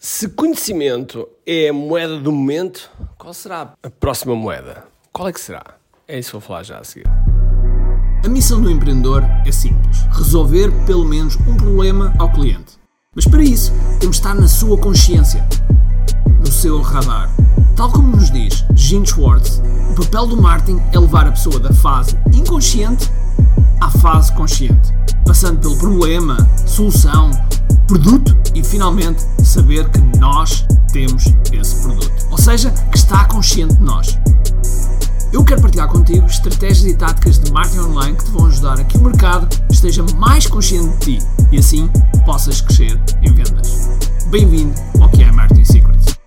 Se conhecimento é a moeda do momento, qual será a próxima moeda? Qual é que será? É isso que vou falar já a seguir. A missão do empreendedor é simples: resolver pelo menos um problema ao cliente. Mas para isso, temos de estar na sua consciência, no seu radar. Tal como nos diz Gene Schwartz, o papel do marketing é levar a pessoa da fase inconsciente à fase consciente, passando pelo problema, solução, produto e finalmente saber que nós temos esse produto. Ou seja, que está consciente de nós. Eu quero partilhar contigo estratégias e táticas de marketing online que te vão ajudar a que o mercado esteja mais consciente de ti e assim possas crescer em vendas. Bem-vindo ao que é Marketing Secrets.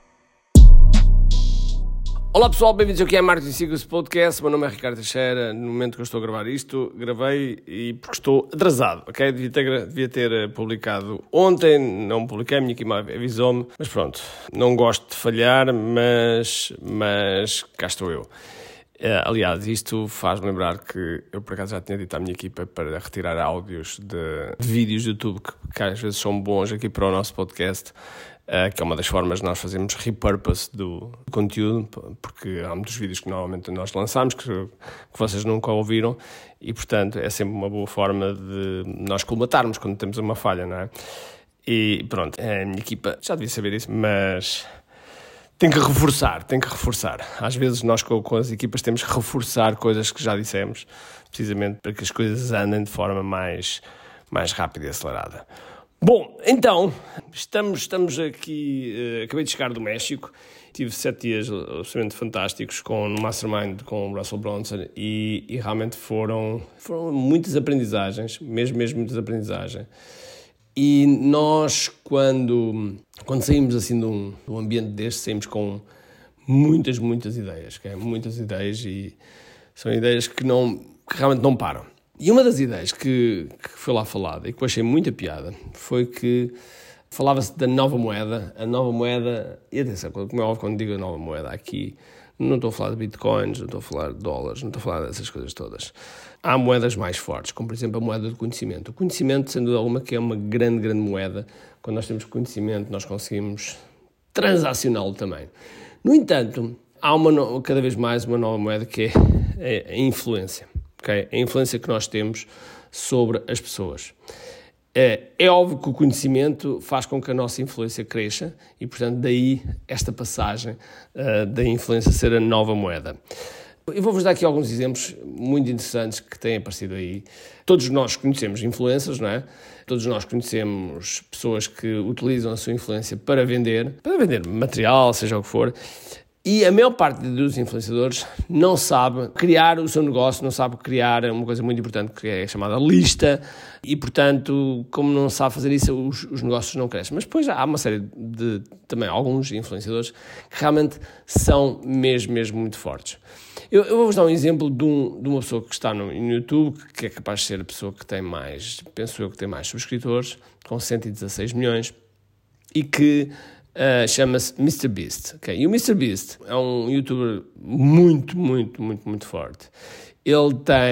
Olá pessoal, bem-vindos ao que é Marketing Secrets Podcast. Meu nome é Ricardo Teixeira. No momento que eu estou a gravar isto, gravei e porque estou atrasado, ok? Devia ter publicado ontem, não publiquei, a minha equipe avisou-me, mas pronto, não gosto de falhar, mas cá estou eu. Aliás, isto faz-me lembrar que eu por acaso já tinha dito à minha equipa para retirar áudios de vídeos do YouTube que às vezes são bons aqui para o nosso podcast, que é uma das formas de nós fazermos repurpose do conteúdo, porque há muitos vídeos que normalmente nós lançamos que vocês nunca ouviram e, portanto, é sempre uma boa forma de nós colmatarmos quando temos uma falha, não é? E pronto, a minha equipa já devia saber isso, mas tem que reforçar. Às vezes nós com as equipas temos que reforçar coisas que já dissemos, precisamente para que as coisas andem de forma mais rápida e acelerada. Bom, então, estamos aqui, acabei de chegar do México, tive 7 dias absolutamente fantásticos no Mastermind com o Russell Brunson e realmente foram muitas aprendizagens, mesmo muitas aprendizagens. E nós, quando saímos assim de um ambiente deste, saímos com muitas ideias, okay? Muitas ideias e são ideias que realmente não param. E uma das ideias que foi lá falada e que eu achei muita piada foi que falava-se da nova moeda, e atenção, como é óbvio quando digo a nova moeda aqui, não estou a falar de bitcoins, não estou a falar de dólares, não estou a falar dessas coisas todas. Há moedas mais fortes, como por exemplo a moeda do conhecimento. O conhecimento, sem dúvida alguma, que é uma grande moeda. Quando nós temos conhecimento, nós conseguimos transacioná-lo também. No entanto, há cada vez mais uma nova moeda que é a influência. Okay? A influência que nós temos sobre as pessoas. É óbvio que o conhecimento faz com que a nossa influência cresça e, portanto, daí esta passagem da influência ser a nova moeda. Eu vou-vos dar aqui alguns exemplos muito interessantes que têm aparecido aí. Todos nós conhecemos influencers, não é? Todos nós conhecemos pessoas que utilizam a sua influência para vender material, seja o que for. E a maior parte dos influenciadores não sabe criar o seu negócio, não sabe criar uma coisa muito importante que é chamada lista e, portanto, como não sabe fazer isso, os negócios não crescem. Mas depois há uma série de também alguns influenciadores que realmente são mesmo muito fortes. Eu vou-vos dar um exemplo de uma pessoa que está no YouTube, que é capaz de ser a pessoa que tem mais, penso eu, que tem mais subscritores, com 116 milhões, e que chama-se MrBeast. Okay? E o MrBeast é um youtuber muito forte. Ele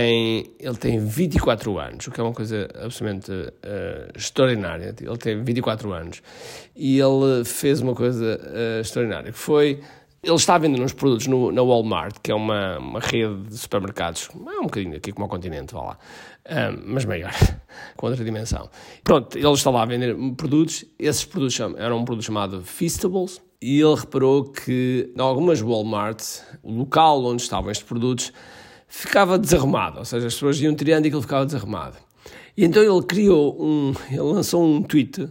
tem 24 anos, o que é uma coisa absolutamente extraordinária. Ele tem 24 anos e ele fez uma coisa extraordinária, que foi: ele está vendendo uns produtos na Walmart, que é uma rede de supermercados, é um bocadinho aqui como o Continente, vá lá, mas maior, com outra dimensão. Pronto, ele está lá a vender produtos. Esses produtos eram um produto chamado Feastables, e ele reparou que em algumas Walmarts, o local onde estavam estes produtos ficava desarrumado, ou seja, as pessoas iam tirando e aquilo ficava desarrumado. E então ele lançou um tweet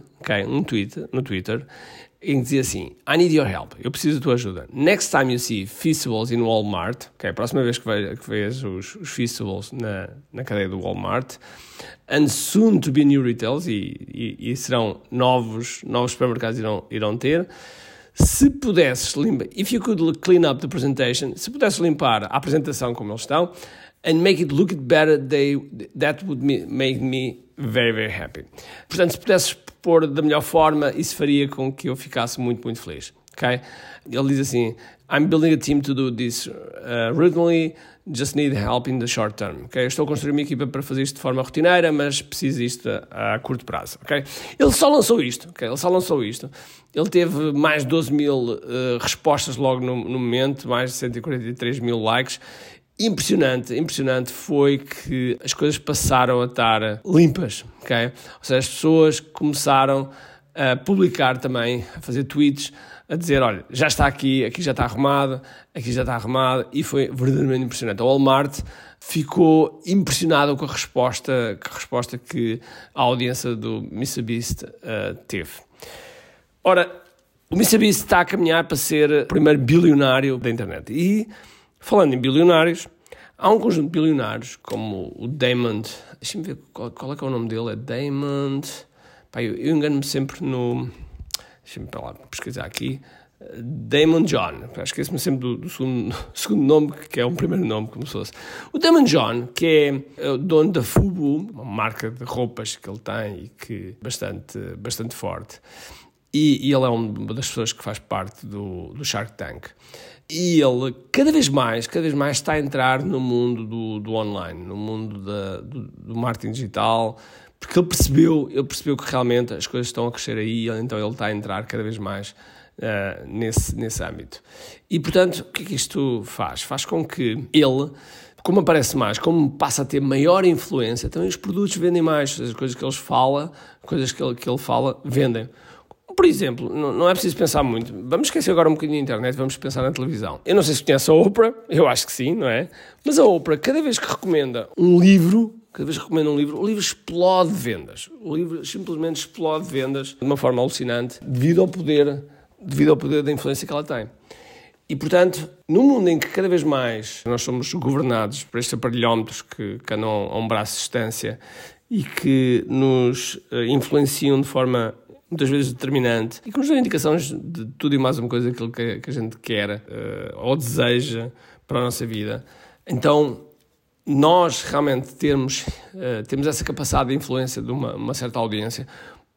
no Twitter, em que dizia assim: I need your help, eu preciso da tua ajuda. Next time you see Feastables in Walmart, a próxima vez que vês os Feastables na cadeia do Walmart, and soon to be new retails, e serão novos supermercados irão ter, se pudesses limpar, if you could clean up the presentation, se pudesses limpar a apresentação como eles estão, and make it look better, that would make me very happy. Portanto, se pudesses pôr da melhor forma, isso faria com que eu ficasse muito feliz. Okay? Ele diz assim, I'm building a team to do this routinely, just need help in the short term. Okay? Eu estou a construir uma equipa para fazer isto de forma rotineira, mas preciso disto a curto prazo. Okay? Ele só lançou isto. Okay? Ele teve mais de 12 mil respostas logo no momento, mais de 143 mil likes. Impressionante foi que as coisas passaram a estar limpas, ok? Ou seja, as pessoas começaram a publicar também, a fazer tweets, a dizer, olha, já está aqui já está arrumado, e foi verdadeiramente impressionante. A Walmart ficou impressionada com a resposta que a audiência do MrBeast teve. Ora, o MrBeast está a caminhar para ser o primeiro bilionário da internet. E, falando em bilionários, há um conjunto de bilionários, como o Damon, deixa-me ver qual é que é o nome dele, é Damon, eu engano-me sempre no, deixa-me para lá pesquisar aqui, Damon John, esqueço-me sempre do segundo nome, que é o primeiro nome, como se fosse. O Damon John, que é o dono da Fubu, uma marca de roupas que ele tem e que é bastante forte, e ele é uma das pessoas que faz parte do Shark Tank. E ele cada vez mais está a entrar no mundo do online, no mundo do marketing digital, porque ele percebeu que realmente as coisas estão a crescer aí, então ele está a entrar cada vez mais nesse âmbito. E, portanto, o que é que isto faz? Faz com que ele, como aparece mais, como passa a ter maior influência, também os produtos vendem mais, as coisas que ele fala, vendem. Por exemplo, não é preciso pensar muito. Vamos esquecer agora um bocadinho da internet, vamos pensar na televisão. Eu não sei se conhece a Oprah, eu acho que sim, não é? Mas a Oprah, cada vez que recomenda um livro, o livro explode vendas. O livro simplesmente explode vendas de uma forma alucinante devido ao poder da influência que ela tem. E, portanto, no mundo em que cada vez mais nós somos governados por estes aparelhómetros que andam a um braço de distância e que nos influenciam de forma muitas vezes determinante e que nos dão indicações de tudo e mais uma coisa, aquilo que a gente quer ou deseja para a nossa vida. Então, nós realmente temos essa capacidade de influência de uma certa audiência,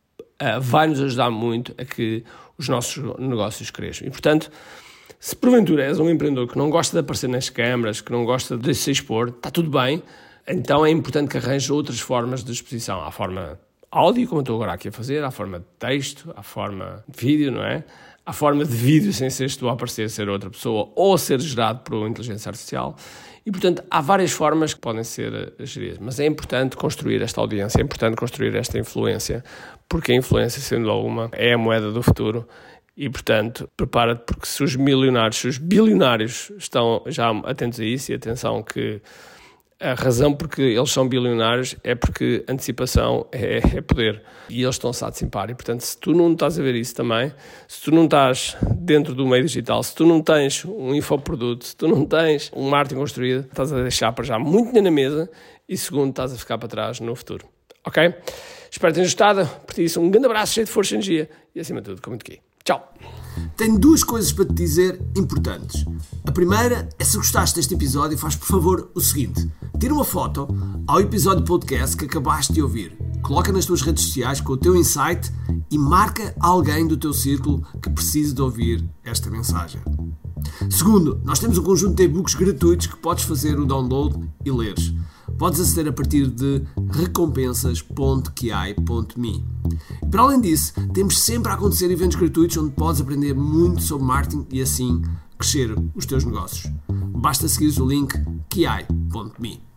vai nos ajudar muito a que os nossos negócios cresçam. E, portanto, se porventura és um empreendedor que não gosta de aparecer nas câmaras, que não gosta de se expor, está tudo bem, então é importante que arranjes outras formas de exposição. Há forma áudio, como eu estou agora aqui a fazer, há forma de texto, há forma de vídeo, não é? Há forma de vídeo sem seres tu a aparecer, ser outra pessoa ou ser gerado por uma inteligência artificial. E, portanto, há várias formas que podem ser geridas. Mas é importante construir esta audiência, é importante construir esta influência, porque a influência, sendo alguma, é a moeda do futuro. E, portanto, prepara-te, porque se os bilionários estão já atentos a isso, e atenção que a razão porque eles são bilionários é porque antecipação é poder. E eles estão-se a antecipar. E, portanto, se tu não estás a ver isso também, se tu não estás dentro do meio digital, se tu não tens um infoproduto, se tu não tens um marketing construído, estás a deixar para já muito dinheiro na mesa e, segundo, estás a ficar para trás no futuro. Ok? Espero que tenhas gostado. Por isso, um grande abraço, cheio de força e energia e, acima de tudo, com muito aqui. Tchau! Tenho duas coisas para te dizer importantes. A primeira é, se gostaste deste episódio, faz por favor o seguinte: tira uma foto ao episódio podcast que acabaste de ouvir, coloca nas tuas redes sociais com o teu insight e marca alguém do teu círculo que precise de ouvir esta mensagem. Segundo, nós temos um conjunto de e-books gratuitos que podes fazer o download e leres. Podes aceder a partir de recompensas.ki.me. Para além disso, temos sempre a acontecer eventos gratuitos onde podes aprender muito sobre marketing e assim crescer os teus negócios. Basta seguir o link ki.me.